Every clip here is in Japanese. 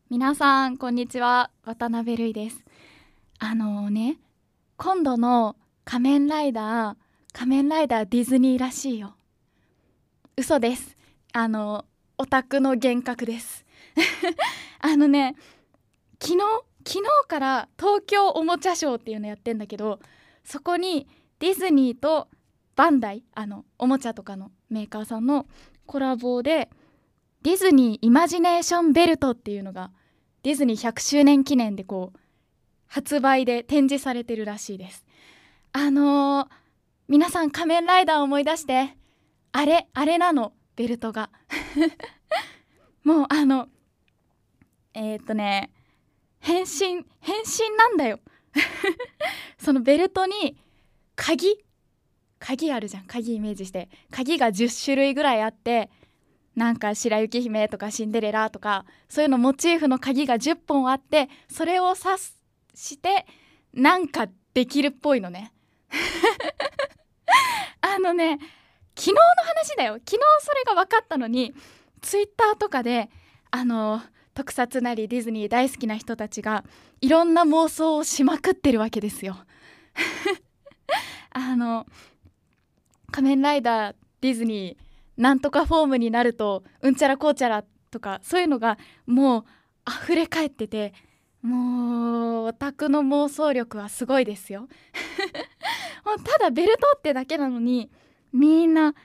皆さんこんにちは、渡辺瑠衣です。今度の仮面ライダーディズニーらしいよ。嘘です。オタクの幻覚です。昨日から東京おもちゃショーっていうのやってんだけど、そこにディズニーとバンダイ、おもちゃとかのメーカーさんのコラボでディズニーイマジネーションベルトっていうのがディズニー100周年記念で発売で展示されてるらしいです。皆さん仮面ライダーを思い出して、あれなの、ベルトがもう変身なんだよそのベルトに鍵あるじゃん。鍵イメージして、鍵が10種類ぐらいあって、なんか白雪姫とかシンデレラとかそういうのモチーフの鍵が10本あって、それを刺してなんかできるっぽいのね昨日の話だよ。昨日それが分かったのに、ツイッターとかで特撮なりディズニー大好きな人たちがいろんな妄想をしまくってるわけですよ仮面ライダーディズニーなんとかフォームになるとうんちゃらこうちゃらとか、そういうのがもう溢れ返ってて、もうオタクの妄想力はすごいですよただベルトってだけなのに、みんな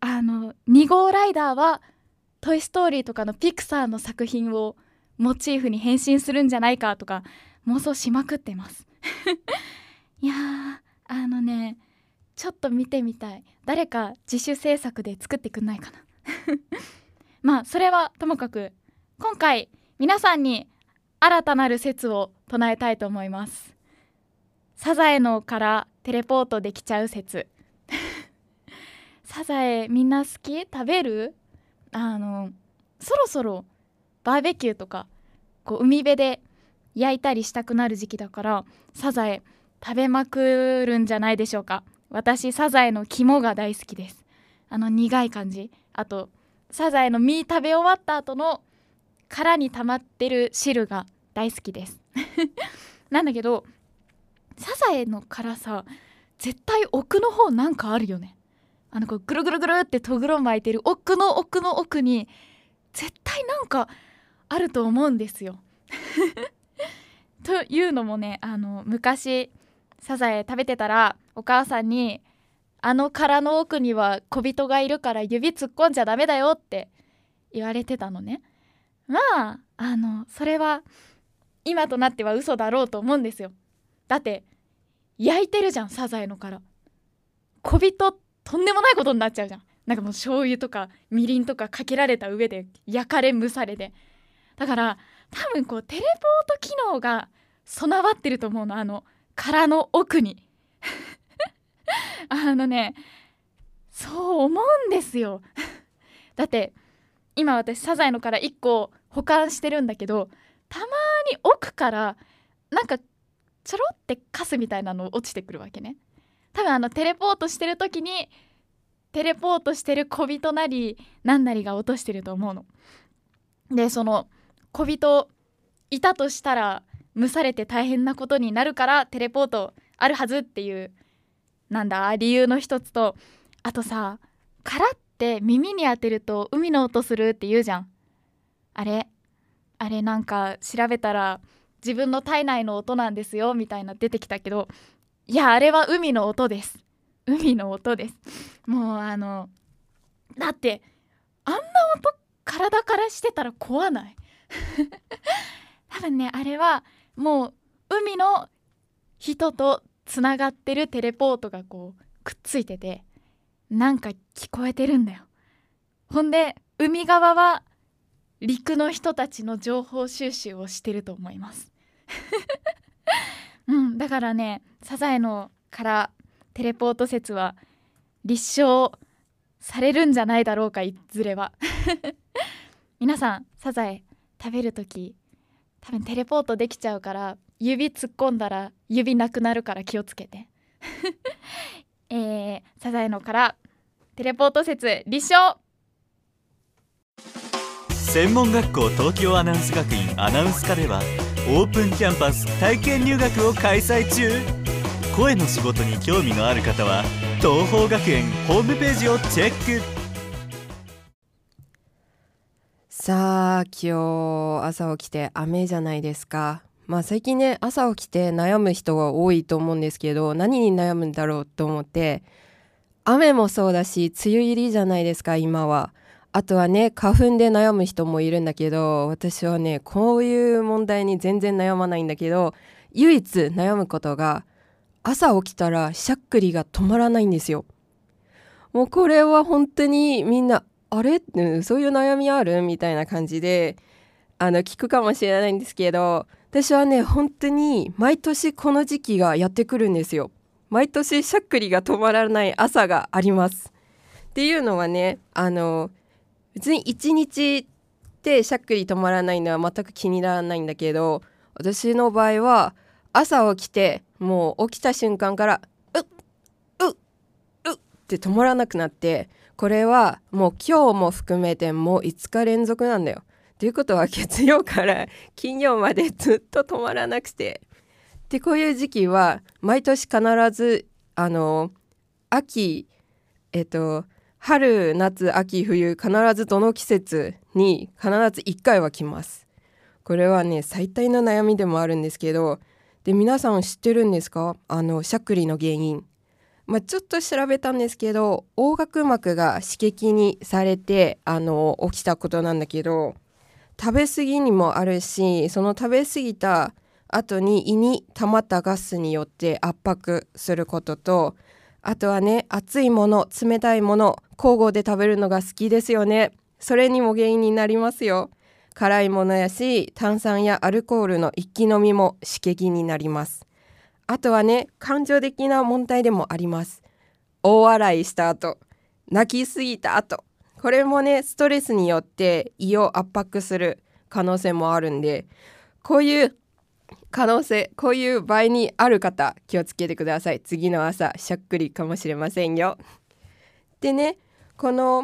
2号ライダーはトイストーリーとかのピクサーの作品をモチーフに変身するんじゃないかとか妄想しまくってますいやー、ちょっと見てみたい。誰か自主制作で作ってくんないかなまあそれはともかく、今回皆さんに新たなる説を唱えたいと思います。サザエのからテレポートできちゃう説サザエみんな好き？食べる？そろそろバーベキューとか海辺で焼いたりしたくなる時期だから、サザエ食べまくるんじゃないでしょうか。私サザエの肝が大好きです。苦い感じ、あとサザエの身食べ終わった後の殻に溜まってる汁が大好きですなんだけど、サザエの殻さ、絶対奥の方なんかあるよね。ぐるぐるぐるってとぐろ巻いてる奥の奥に絶対なんかあると思うんですよというのもね、昔サザエ食べてたらお母さんに、殻の奥には小人がいるから指突っ込んじゃダメだよって言われてたのね。まあそれは今となっては嘘だろうと思うんですよ。だって焼いてるじゃん、サザエの殻。小人とんでもないことになっちゃうじゃん。なんかもう醤油とかみりんとかかけられた上で焼かれ蒸されで、だから多分テレポート機能が備わってると思うの、殻の奥にそう思うんですよだって今私サザエの殻1個保管してるんだけど、たまに奥からなんかちょろってカスみたいなの落ちてくるわけね。多分テレポートしてる時にテレポートしてる小人なりなんなりが落としてると思うので、その小人いたとしたら蒸されて大変なことになるからテレポートあるはずっていう理由の一つと、あとさ、殻って耳に当てると海の音するって言うじゃん。あれなんか調べたら自分の体内の音なんですよみたいな出てきたけど、いやあれは海の音です。海の音です。もうだってあんな音体からしてたら怖ない多分ね、あれはもう海の人とつながってるテレポートがくっついてて、なんか聞こえてるんだよ。ほんで海側は陸の人たちの情報収集をしてると思いますだからね、サザエのからテレポート説は立証されるんじゃないだろうか、いずれは皆さんサザエ食べるとき多分テレポートできちゃうから、指突っ込んだら指なくなるから気をつけてサザエのからテレポート説立証。 専門学校東京アナウンス学院アナウンス科ではオープンキャンパス体験入学を開催中。声の仕事に興味のある方は東邦学園ホームページをチェック。 さあ今日朝起きて雨じゃないですか。最近ね、朝起きて悩む人が多いと思うんですけど、何に悩むんだろうと思って、雨もそうだし梅雨入りじゃないですか今は。あとはね、花粉で悩む人もいるんだけど、私はねこういう問題に全然悩まないんだけど、唯一悩むことが朝起きたらしゃっくりが止まらないんですよ。もうこれは本当にみんなあれ、そういう悩みあるみたいな感じで聞くかもしれないんですけど、私はね本当に毎年この時期がやってくるんですよ。毎年しゃっくりが止まらない朝があります。っていうのはね、別に一日でしゃっくり止まらないのは全く気にならないんだけど、私の場合は朝起きてもう起きた瞬間からうって止まらなくなって、これはもう今日も含めてもう5日連続なんだよ。ということは月曜から金曜までずっと止まらなくて、でこういう時期は毎年必ず秋春夏秋冬必ずどの季節に必ず1回は来ます。これはね最大の悩みでもあるんですけど、で皆さん知ってるんですか？しゃっくりの原因。ちょっと調べたんですけど、横隔膜が刺激にされて起きたことなんだけど、食べ過ぎにもあるし、その食べ過ぎた後に胃に溜まったガスによって圧迫することと、あとはね、熱いもの冷たいもの交互で食べるのが好きですよね。それにも原因になりますよ。辛いものやし炭酸やアルコールの一気飲みも刺激になります。あとはね、感情的な問題でもあります。大笑いした後、泣きすぎた後、これもねストレスによって胃を圧迫する可能性もあるんで、こういう可能性、こういう場合にある方気をつけてください。次の朝しゃっくりかもしれませんよ。でね、この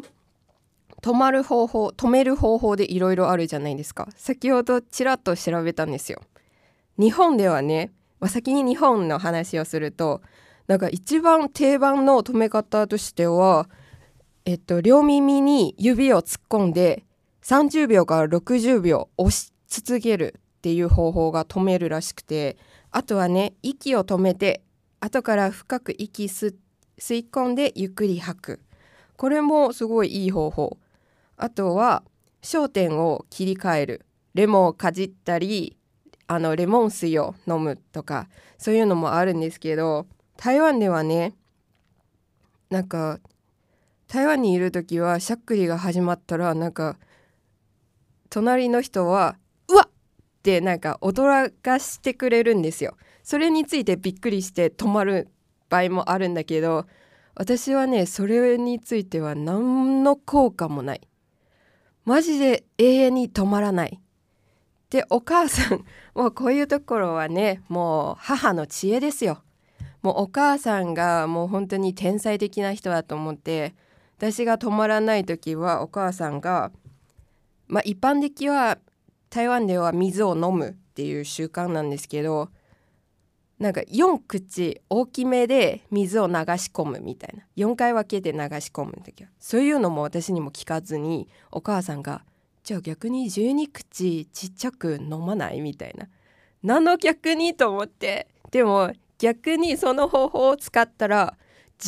止める方法でいろいろあるじゃないですか。先ほどちらっと調べたんですよ。日本ではね、先に日本の話をすると、なんか一番定番の止め方としては、両耳に指を突っ込んで30秒から60秒押し続けるっていう方法が止めるらしくて、あとはね、息を止めて後から深く吸い込んでゆっくり吐く、これもすごいいい方法。あとは焦点を切り替える、レモンをかじったりレモン水を飲むとか、そういうのもあるんですけど、台湾ではね、なんか台湾にいる時はしゃっくりが始まったら、なんか隣の人はうわっってなんか驚かしてくれるんですよ。それについてびっくりして止まる場合もあるんだけど、私はねそれについては何の効果もない。マジで永遠に止まらない。でお母さんもうこういうところはね、もう母の知恵ですよ。もうお母さんがもう本当に天才的な人だと思って、私が止まらない時はお母さんが、一般的は台湾では水を飲むっていう習慣なんですけど、なんか4口大きめで水を流し込むみたいな、4回分けて流し込むんだけど、そういうのも私にも聞かずに、お母さんがじゃあ逆に12口ちっちゃく飲まないみたいな、何の逆にと思って、でも逆にその方法を使ったら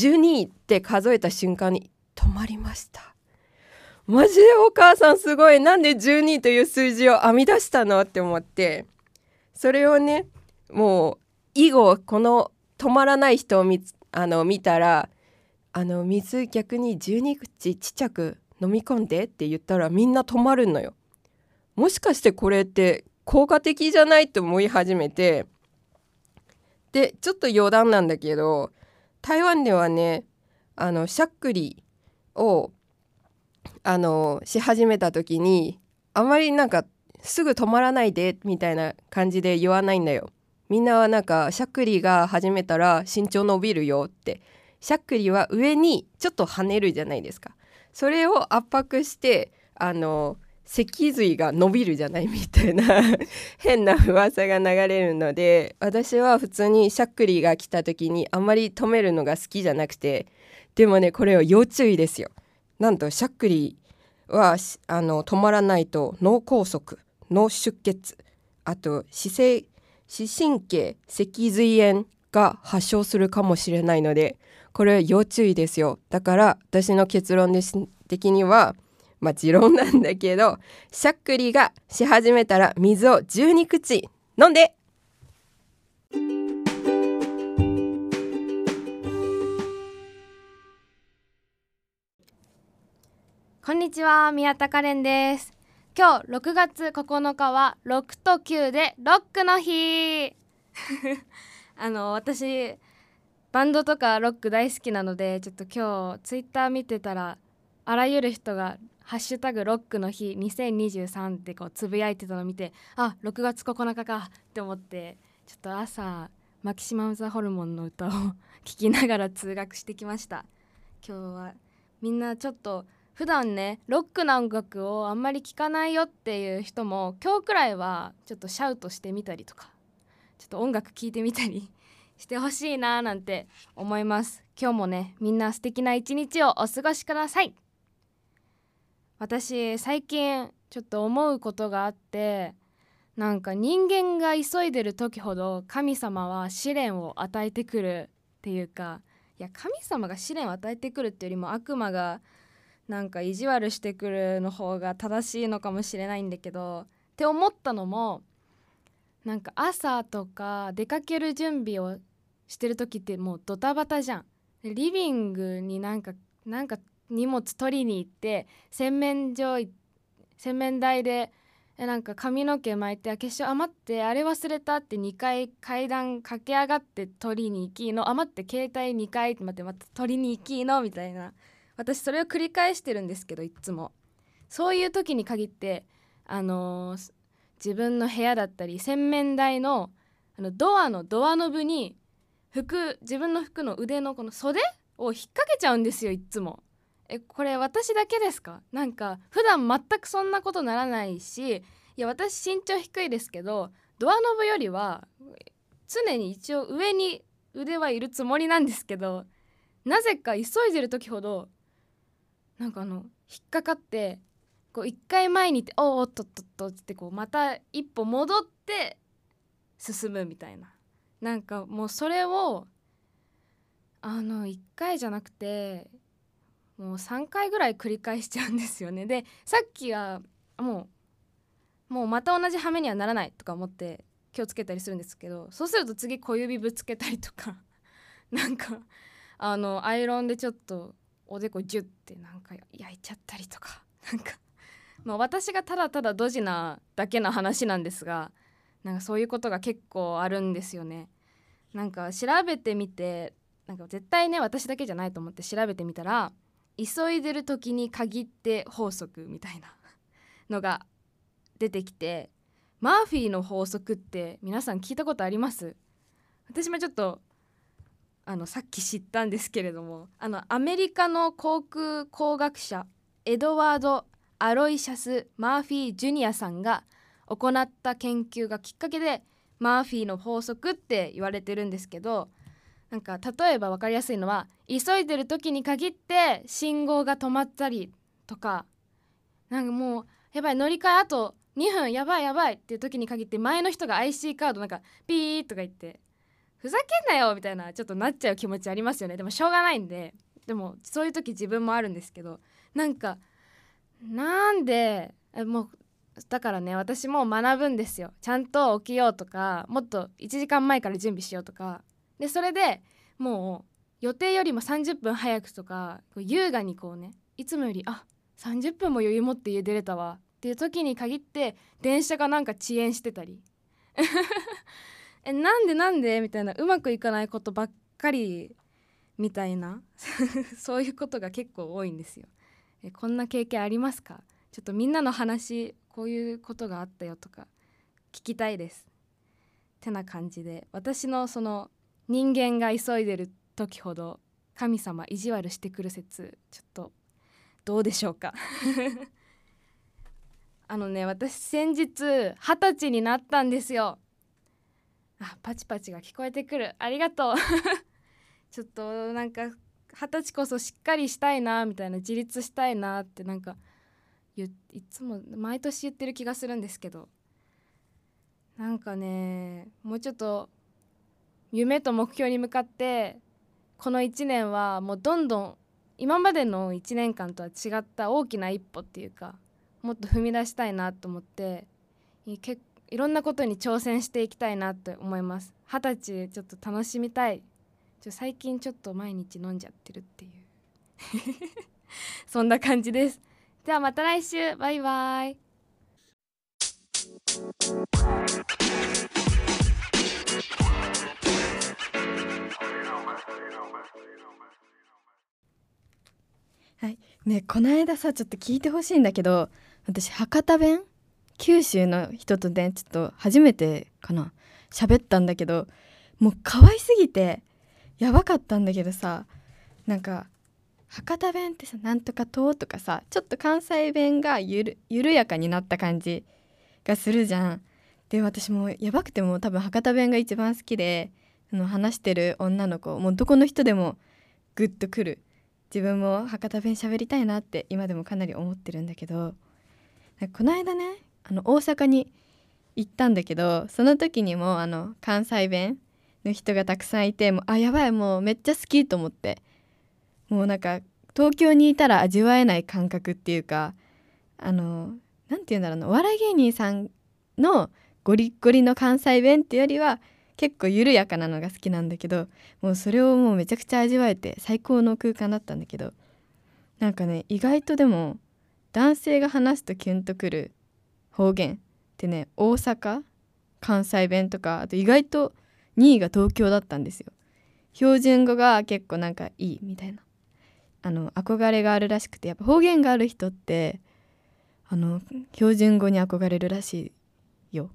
12って数えた瞬間に止まりました。マジでお母さんすごい、なんで12という数字を編み出したのって思って、それをね、もう以後この止まらない人を見たら、水逆に12口ちっちゃく飲み込んでって言ったらみんな止まるのよ。もしかしてこれって効果的じゃないと思い始めて、でちょっと余談なんだけど、台湾ではねしゃっくりをし始めた時に、あまりなんかすぐ止まらないでみたいな感じで言わないんだよ。みんなはなんかしゃっくりが始めたら身長伸びるよって、しゃっくりは上にちょっと跳ねるじゃないですか。それを圧迫して脊髄が伸びるじゃないみたいな変な噂が流れるので、私は普通にしゃっくりが来た時にあんまり止めるのが好きじゃなくて、でもねこれは要注意ですよ。なんとしゃっくりは止まらないと脳梗塞、脳出血、あと視神経脊髄炎が発症するかもしれないので、これは要注意ですよ。だから私の結論的には、持論なんだけど、しゃっくりがし始めたら水を12口飲んで。 こんにちは、宮田カレンです。今日6月9日は6と9でロックの日私バンドとかロック大好きなので、ちょっと今日ツイッター見てたらあらゆる人がハッシュタグロックの日2023ってこうつぶやいてたのを見て、6月9日かって思って、ちょっと朝マキシマムザホルモンの歌を聴きながら通学してきました。今日はみんなちょっと普段ねロックな音楽をあんまり聴かないよっていう人も、今日くらいはちょっとシャウトしてみたりとか、ちょっと音楽聴いてみたりしてほしいななんて思います。今日もねみんな素敵な一日をお過ごしください。私最近ちょっと思うことがあって、なんか人間が急いでる時ほど神様は試練を与えてくるっていうか、いや神様が試練を与えてくるっていうよりも悪魔がなんか意地悪してくるの方が正しいのかもしれないんだけど、って思ったのも、なんか朝とか出かける準備をしてる時ってもうドタバタじゃん。リビングになんか荷物取りに行って、洗面台でなんか髪の毛巻いて、化粧余ってあれ忘れたって2回階段駆け上がって取りに行きの、余って携帯2回待ってまた取りに行きのみたいな、私それを繰り返してるんですけど、いつもそういう時に限って自分の部屋だったり洗面台のドアノブに自分の服の腕のこの袖を引っ掛けちゃうんですよ、いつも。これ私だけですか？なんか普段全くそんなことならないし、いや私身長低いですけど、ドアノブよりは常に一応上に腕はいるつもりなんですけど、なぜか急いでる時ほどなんか引っかかって、こう一回前に行っておっとっとっとってこうまた一歩戻って進むみたいな、なんかもうそれを1回じゃなくてもう3回ぐらい繰り返しちゃうんですよね。でさっきはもうまた同じ羽目にはならないとか思って気をつけたりするんですけど、そうすると次小指ぶつけたりとかなんかアイロンでちょっとおでこジュッてなんか焼いちゃったりとか、なんか私がただただドジなだけの話なんですが、なんかそういうことが結構あるんですよね。なんか調べてみて、なんか絶対ね私だけじゃないと思って調べてみたら、急いでる時に限って法則みたいなのが出てきて、マーフィーの法則って皆さん聞いたことあります？私もちょっとさっき知ったんですけれども、アメリカの航空工学者エドワード・アロイシャス・マーフィー・ジュニアさんが行った研究がきっかけでマーフィーの法則って言われてるんですけど、なんか例えば分かりやすいのは、急いでる時に限って信号が止まったりとか、なんかもうやばい乗り換えあと2分やばいっていう時に限って前の人が IC カードなんかピーとか言ってふざけんなよみたいなちょっとなっちゃう気持ちありますよね。でもしょうがないんで、でもそういう時自分もあるんですけど、なんでもうだからね、私も学ぶんですよ。ちゃんと起きようとか、もっと1時間前から準備しようとかで、それでもう予定よりも30分早くとか、優雅にこうね、いつもより30分も余裕持って家出れたわっていう時に限って電車がなんか遅延してたりなんでみたいな、うまくいかないことばっかりみたいなそういうことが結構多いんですよ。こんな経験ありますか？ちょっとみんなの話、こういうことがあったよとか聞きたいです。てな感じで、私のその人間が急いでる時ほど神様意地悪してくる説、ちょっとどうでしょうか私先日20歳になったんですよ。パチパチが聞こえてくる、ありがとうちょっとなんか20歳こそしっかりしたいなみたいな、自立したいなってなんかいつも毎年言ってる気がするんですけど、なんかね、もうちょっと夢と目標に向かってこの1年はもうどんどん今までの1年間とは違った大きな一歩っていうか、もっと踏み出したいなと思って、いろんなことに挑戦していきたいなと思います。20歳ちょっと楽しみたい。最近ちょっと毎日飲んじゃってるっていうそんな感じです。ではまた来週、バイバイ。 はいね、この間さちょっと聞いてほしいんだけど、私博多弁、九州の人とねちょっと初めてかな喋ったんだけど、もう可愛すぎてやばかったんだけどさ、なんか博多弁ってさ、なんとかととかさ、ちょっと関西弁が緩やかになった感じがするじゃん。で私もやばくて、も多分博多弁が一番好きで、話してる女の子もうどこの人でもグッとくる。自分も博多弁喋りたいなって今でもかなり思ってるんだけど、この間ね大阪に行ったんだけど、その時にも関西弁の人がたくさんいて、もうやばい、もうめっちゃ好きと思って、もうなんか東京にいたら味わえない感覚っていうか、なんて言うんだろうな、お笑い芸人さんのゴリッゴリの関西弁っていうよりは結構緩やかなのが好きなんだけど、もうそれをもうめちゃくちゃ味わえて最高の空間だったんだけど、なんかね、意外とでも男性が話すとキュンとくる方言ってね、大阪関西弁とか、あと意外と2位が東京だったんですよ。標準語が結構なんかいいみたいな憧れがあるらしくて、やっぱ方言がある人って標準語に憧れるらしいよ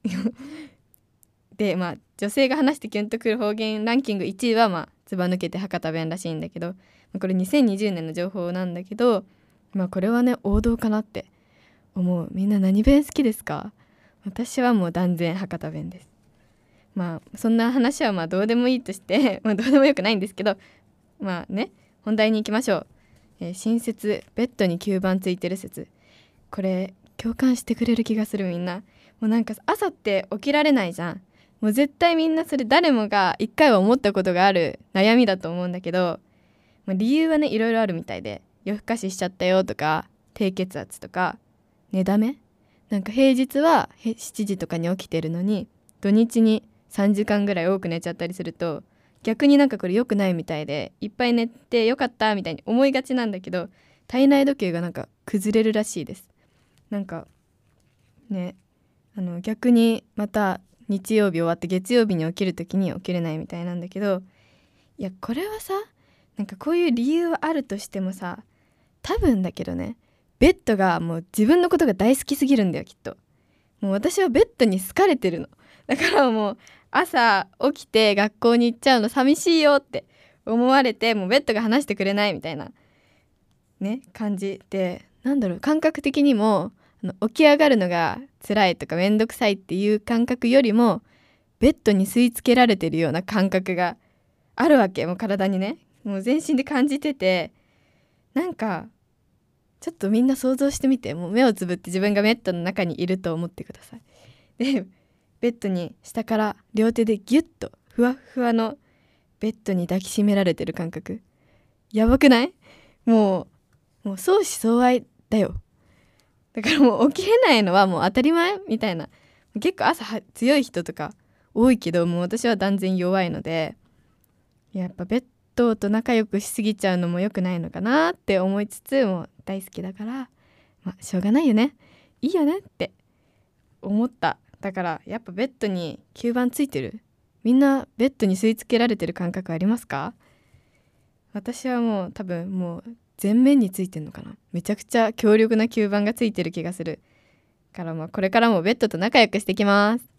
で女性が話してキュンとくる方言ランキング1位はずば抜けて博多弁らしいんだけど、これ2020年の情報なんだけど、これはね王道かなって思う。みんな何弁好きですか？私はもう断然博多弁です。そんな話はどうでもいいとしてどうでもよくないんですけど、本題に行きましょう。新説、ベッドに吸盤ついてる説、これ共感してくれる気がする。みんなもうなんか朝って起きられないじゃん。もう絶対みんなそれ誰もが一回は思ったことがある悩みだと思うんだけど、理由はねいろいろあるみたいで、夜更かししちゃったよとか、低血圧とか、寝だめ、なんか平日は7時とかに起きてるのに土日に3時間ぐらい多く寝ちゃったりすると、逆になんかこれ良くないみたいで、いっぱい寝てよかったみたいに思いがちなんだけど、体内時計がなんか崩れるらしいです。なんかね、逆にまた日曜日終わって月曜日に起きる時に起きれないみたいなんだけど、いやこれはさ、なんかこういう理由はあるとしてもさ、多分だけどね、ベッドがもう自分のことが大好きすぎるんだよ、きっと。もう私はベッドに好かれてるの。だからもう朝起きて学校に行っちゃうの寂しいよって思われて、もうベッドが話してくれないみたいなね感じで、なんだろう、感覚的にも起き上がるのが辛いとかめんどくさいっていう感覚よりも、ベッドに吸い付けられてるような感覚があるわけ。もう体にね、もう全身で感じてて、なんかちょっとみんな想像してみて、もう目をつぶって自分がベッドの中にいると思ってください。でベッドに下から両手でギュッとふわふわのベッドに抱きしめられてる感覚、やばくない？もう相思相愛だよ。だからもう起きれないのはもう当たり前みたいな。結構朝強い人とか多いけど、もう私は断然弱いので、やっぱベッドと仲良くしすぎちゃうのも良くないのかなって思いつつ、もう大好きだから、しょうがないよね、いいよねって思った。だからやっぱベッドに吸盤ついてる、みんなベッドに吸い付けられてる感覚ありますか？私はもう多分もう全面についてんのかな。めちゃくちゃ強力な吸盤がついてる気がするから、これからもベッドと仲良くしてきます。